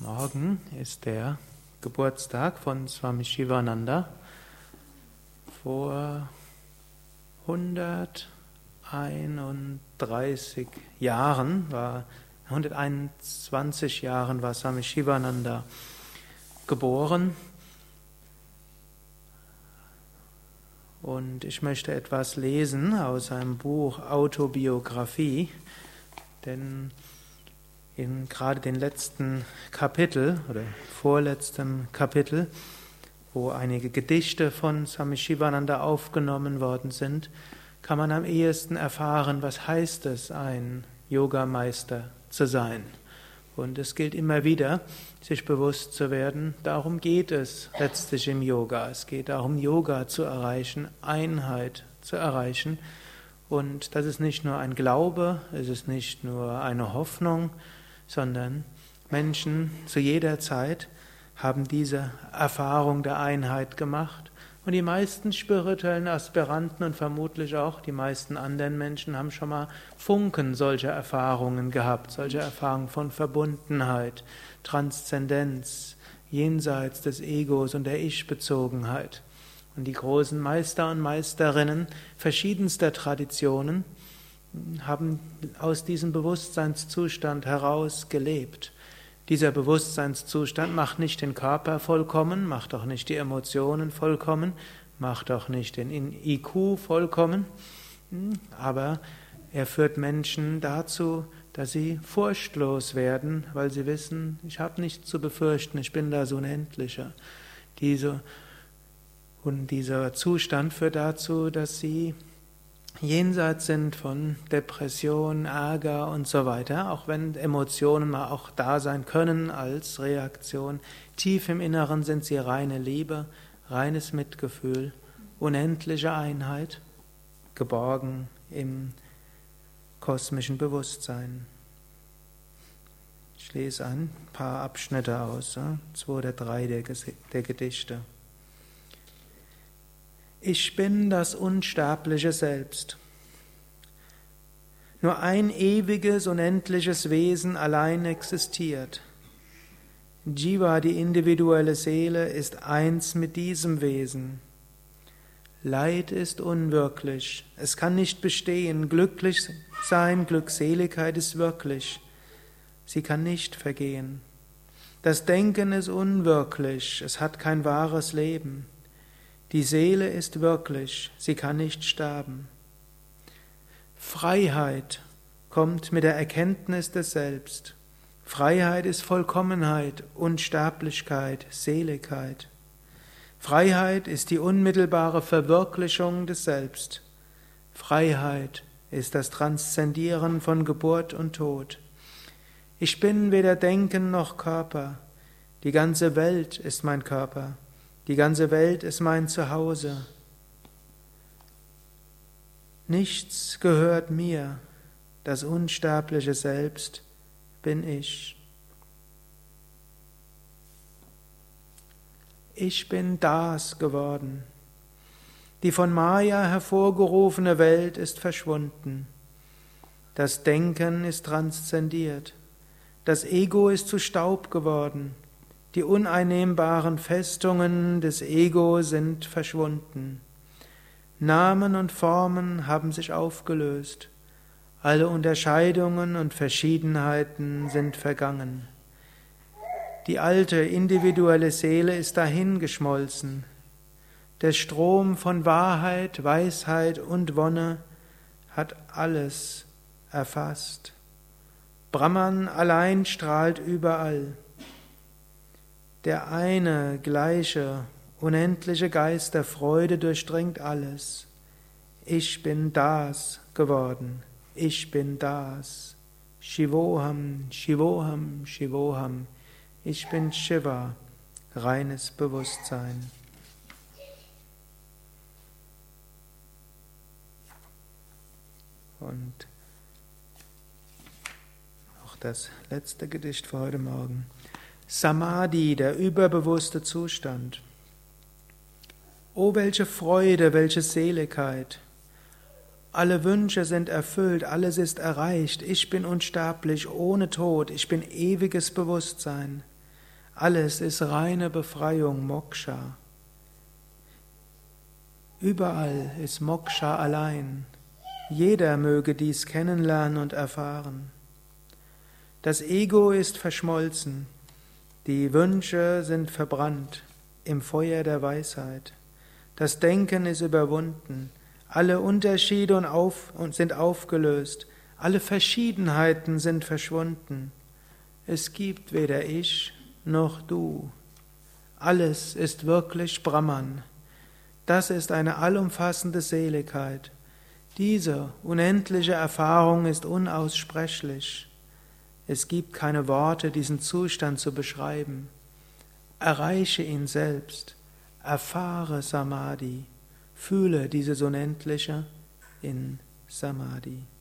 Morgen ist der Geburtstag von Swami Shivananda. Vor 121 Jahren war Swami Shivananda geboren. Und ich möchte etwas lesen aus seinem Buch Autobiografie, denn in gerade den letzten Kapitel oder vorletzten Kapitel, wo einige Gedichte von Swami Shivananda aufgenommen worden sind, kann man am ehesten erfahren, was heißt es, ein Yogameister zu sein. Und es gilt immer wieder, sich bewusst zu werden, darum geht es letztlich im Yoga. Es geht darum, Yoga zu erreichen, Einheit zu erreichen. Und das ist nicht nur ein Glaube, es ist nicht nur eine Hoffnung, sondern Menschen zu jeder Zeit haben diese Erfahrung der Einheit gemacht. Und die meisten spirituellen Aspiranten und vermutlich auch die meisten anderen Menschen haben schon mal Funken solcher Erfahrungen gehabt, solche Erfahrungen von Verbundenheit, Transzendenz, jenseits des Egos und der Ich-Bezogenheit. Und die großen Meister und Meisterinnen verschiedenster Traditionen haben aus diesem Bewusstseinszustand heraus gelebt. Dieser Bewusstseinszustand macht nicht den Körper vollkommen, macht auch nicht die Emotionen vollkommen, macht auch nicht den IQ vollkommen, aber er führt Menschen dazu, dass sie furchtlos werden, weil sie wissen, ich habe nichts zu befürchten, ich bin das Unendliche. Dieser Zustand führt dazu, dass sie jenseits sind von Depression, Ärger und so weiter, auch wenn Emotionen mal auch da sein können als Reaktion. Tief im Inneren sind sie reine Liebe, reines Mitgefühl, unendliche Einheit, geborgen im kosmischen Bewusstsein. Ich lese ein paar Abschnitte aus, 2 oder 3 der Gedichte. Ich bin das unsterbliche Selbst. Nur ein ewiges, unendliches Wesen allein existiert. Jiva, die individuelle Seele, ist eins mit diesem Wesen. Leid ist unwirklich, es kann nicht bestehen. Glücklich sein, Glückseligkeit ist wirklich. Sie kann nicht vergehen. Das Denken ist unwirklich, es hat kein wahres Leben. Die Seele ist wirklich, sie kann nicht sterben. Freiheit kommt mit der Erkenntnis des Selbst. Freiheit ist Vollkommenheit, Unsterblichkeit, Seligkeit. Freiheit ist die unmittelbare Verwirklichung des Selbst. Freiheit ist das Transzendieren von Geburt und Tod. Ich bin weder Denken noch Körper. Die ganze Welt ist mein Körper. Die ganze Welt ist mein Zuhause. Nichts gehört mir, das unsterbliche Selbst bin ich. Ich bin das geworden. Die von Maya hervorgerufene Welt ist verschwunden. Das Denken ist transzendiert. Das Ego ist zu Staub geworden. Die uneinnehmbaren Festungen des Ego sind verschwunden. Namen und Formen haben sich aufgelöst. Alle Unterscheidungen und Verschiedenheiten sind vergangen. Die alte individuelle Seele ist dahingeschmolzen. Der Strom von Wahrheit, Weisheit und Wonne hat alles erfasst. Brahman allein strahlt überall. Der eine, gleiche, unendliche Geist der Freude durchdringt alles. Ich bin das geworden. Ich bin das. Shivoham, Shivoham, Shivoham. Ich bin Shiva, reines Bewusstsein. Und auch das letzte Gedicht für heute Morgen. Samadhi, der überbewusste Zustand. O welche Freude, welche Seligkeit! Alle Wünsche sind erfüllt, alles ist erreicht. Ich bin unsterblich, ohne Tod, ich bin ewiges Bewusstsein. Alles ist reine Befreiung, Moksha. Überall ist Moksha allein. Jeder möge dies kennenlernen und erfahren. Das Ego ist verschmolzen. Die Wünsche sind verbrannt im Feuer der Weisheit. Das Denken ist überwunden. Alle Unterschiede sind aufgelöst. Alle Verschiedenheiten sind verschwunden. Es gibt weder ich noch du. Alles ist wirklich Brahman. Das ist eine allumfassende Seligkeit. Diese unendliche Erfahrung ist unaussprechlich. Es gibt keine Worte, diesen Zustand zu beschreiben. Erreiche ihn selbst. Erfahre Samadhi. Fühle dieses Unendliche in Samadhi.